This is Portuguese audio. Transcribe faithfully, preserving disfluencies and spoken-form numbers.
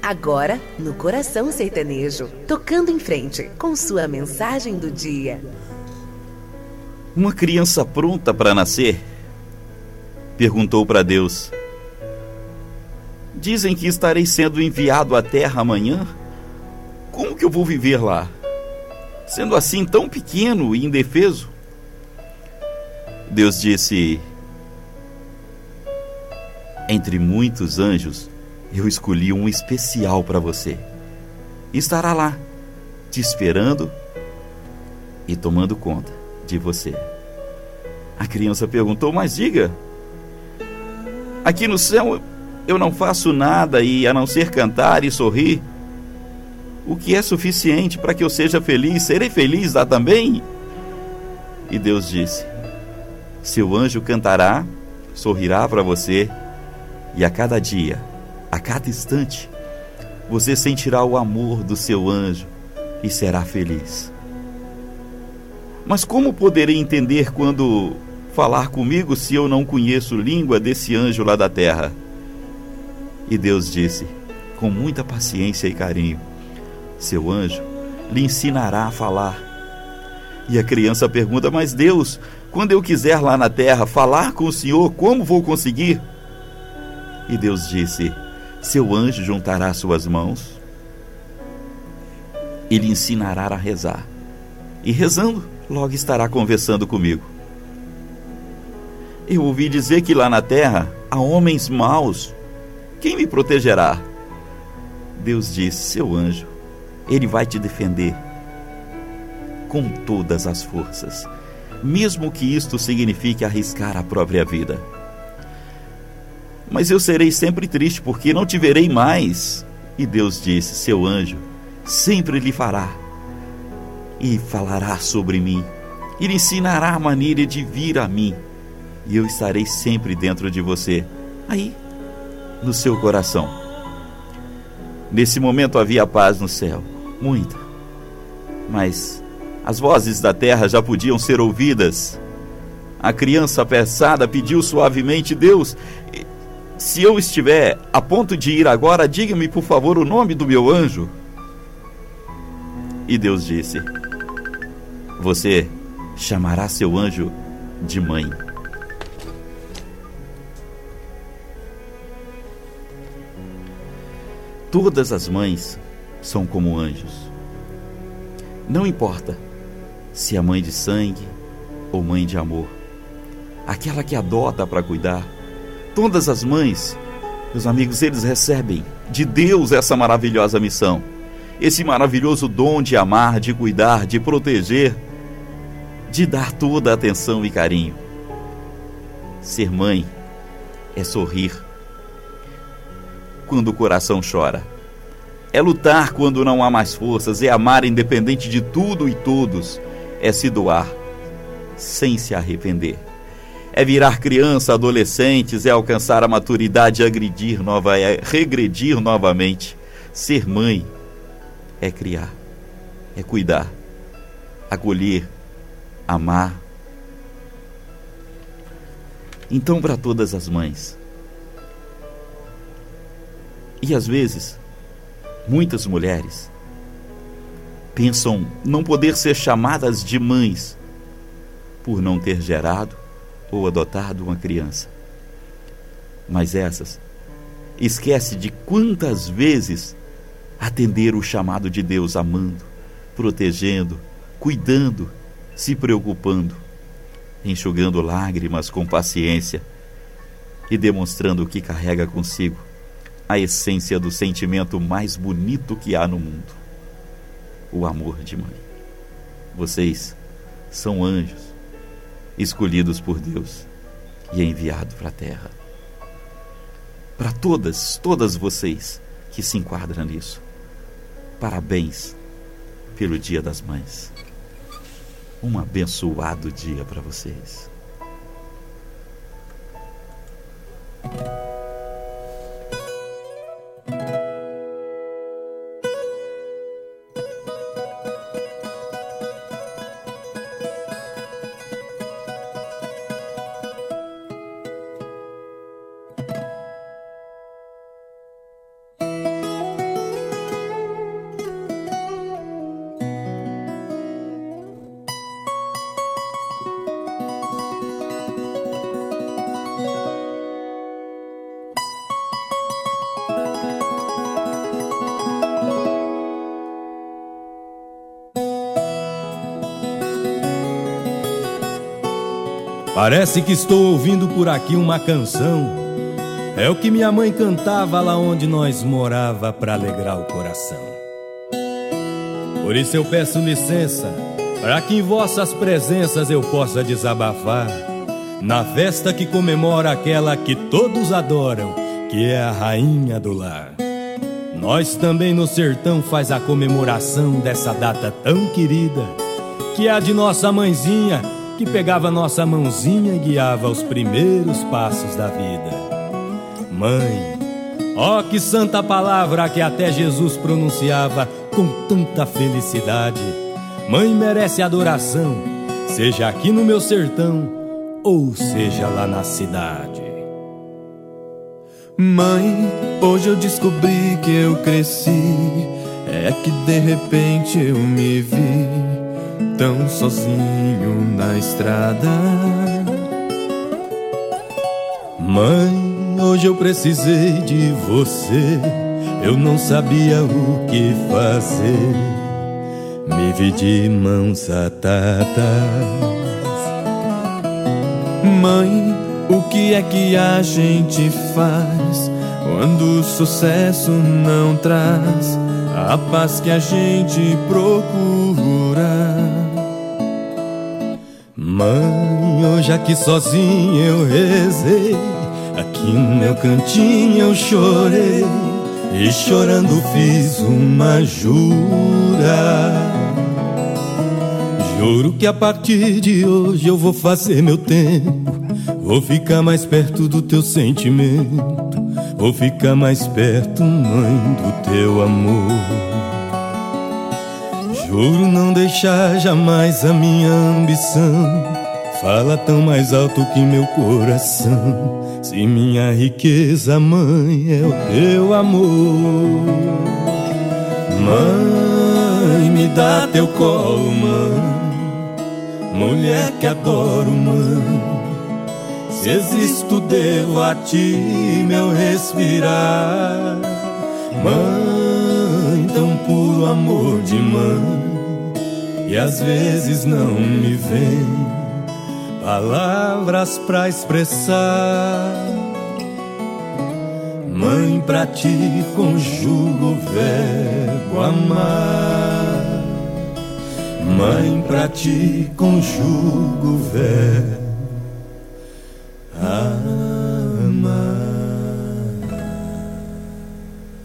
Agora, no Coração Sertanejo, tocando em frente com sua mensagem do dia. Uma criança pronta para nascer perguntou para Deus: dizem que estarei sendo enviado à terra amanhã. Como que eu vou viver lá, sendo assim tão pequeno e indefeso? Deus disse: entre muitos anjos, eu escolhi um especial para você. Estará lá, te esperando e tomando conta de você. A criança perguntou: mas diga, aqui no céu eu não faço nada e a não ser cantar e sorrir. O que é suficiente para que eu seja feliz? Serei feliz lá também? E Deus disse: seu anjo cantará, sorrirá para você, e a cada dia, a cada instante, você sentirá o amor do seu anjo e será feliz. Mas como poderei entender quando falar comigo se eu não conheço língua desse anjo lá da terra? E Deus disse, com muita paciência e carinho: seu anjo lhe ensinará a falar. E a criança pergunta: mas Deus, quando eu quiser lá na terra falar com o Senhor, como vou conseguir? E Deus disse: seu anjo juntará suas mãos e lhe ensinará a rezar. E rezando, logo estará conversando comigo. Eu ouvi dizer que lá na terra há homens maus. Quem me protegerá? Deus disse: seu anjo, ele vai te defender com todas as forças, mesmo que isto signifique arriscar a própria vida. Mas eu serei sempre triste, porque não te verei mais. E Deus disse: seu anjo sempre lhe fará e falará sobre mim, e lhe ensinará a maneira de vir a mim, e eu estarei sempre dentro de você, aí, no seu coração. Nesse momento havia paz no céu, muita, mas as vozes da terra já podiam ser ouvidas. A criança apressada pediu suavemente: Deus, se eu estiver a ponto de ir agora, diga-me por favor o nome do meu anjo. E Deus disse: você chamará seu anjo de mãe. Todas as mães são como anjos. Não importa se é mãe de sangue ou mãe de amor, aquela que adota para cuidar. Todas as mães, meus amigos, eles recebem de Deus essa maravilhosa missão, esse maravilhoso dom de amar, de cuidar, de proteger, de dar toda a atenção e carinho. Ser mãe é sorrir quando o coração chora, é lutar quando não há mais forças, é amar independente de tudo e todos, é se doar sem se arrepender, é virar criança, adolescentes, é alcançar a maturidade, agredir nova, é regredir novamente. Ser mãe é criar, é cuidar, acolher, amar. Então, para todas as mães, e às vezes, muitas mulheres pensam não poder ser chamadas de mães por não ter gerado ou adotado uma criança. Mas essas esquecem de quantas vezes atender o chamado de Deus, amando, protegendo, cuidando, se preocupando, enxugando lágrimas com paciência e demonstrando que carrega consigo a essência do sentimento mais bonito que há no mundo: o amor de mãe. Vocês são anjos escolhidos por Deus e enviados para a terra. Para todas, todas vocês que se enquadram nisso, parabéns pelo Dia das Mães. Um abençoado dia para vocês. Parece que estou ouvindo por aqui uma canção. É o que minha mãe cantava lá onde nós morava pra alegrar o coração. Por isso eu peço licença, para que em vossas presenças eu possa desabafar na festa que comemora aquela que todos adoram, que é a rainha do lar. Nós também no sertão faz a comemoração dessa data tão querida, que é a de nossa mãezinha, que pegava nossa mãozinha e guiava os primeiros passos da vida. Mãe, ó que santa palavra que até Jesus pronunciava com tanta felicidade. Mãe merece adoração, seja aqui no meu sertão ou seja lá na cidade. Mãe, hoje eu descobri que eu cresci. É que de repente eu me vi tão sozinho na estrada. Mãe, hoje eu precisei de você. Eu não sabia o que fazer. Me vi de mãos atadas. Mãe, o que é que a gente faz quando o sucesso não traz a paz que a gente procura? Mãe, hoje aqui sozinho eu rezei, aqui no meu cantinho eu chorei, e chorando fiz uma jura. Juro que a partir de hoje eu vou fazer meu tempo, vou ficar mais perto do teu sentimento, vou ficar mais perto, mãe, do teu amor. Juro não deixar jamais a minha ambição fala tão mais alto que meu coração. Se minha riqueza, mãe, é o teu amor. Mãe, me dá teu colo, mãe, mulher que adoro, mãe. Se existo, devo a ti meu respirar. Mãe, tão puro amor de mãe, e às vezes não me vem palavras pra expressar. Mãe, pra ti conjugo o verbo amar. Mãe, pra ti conjugo o verbo amar.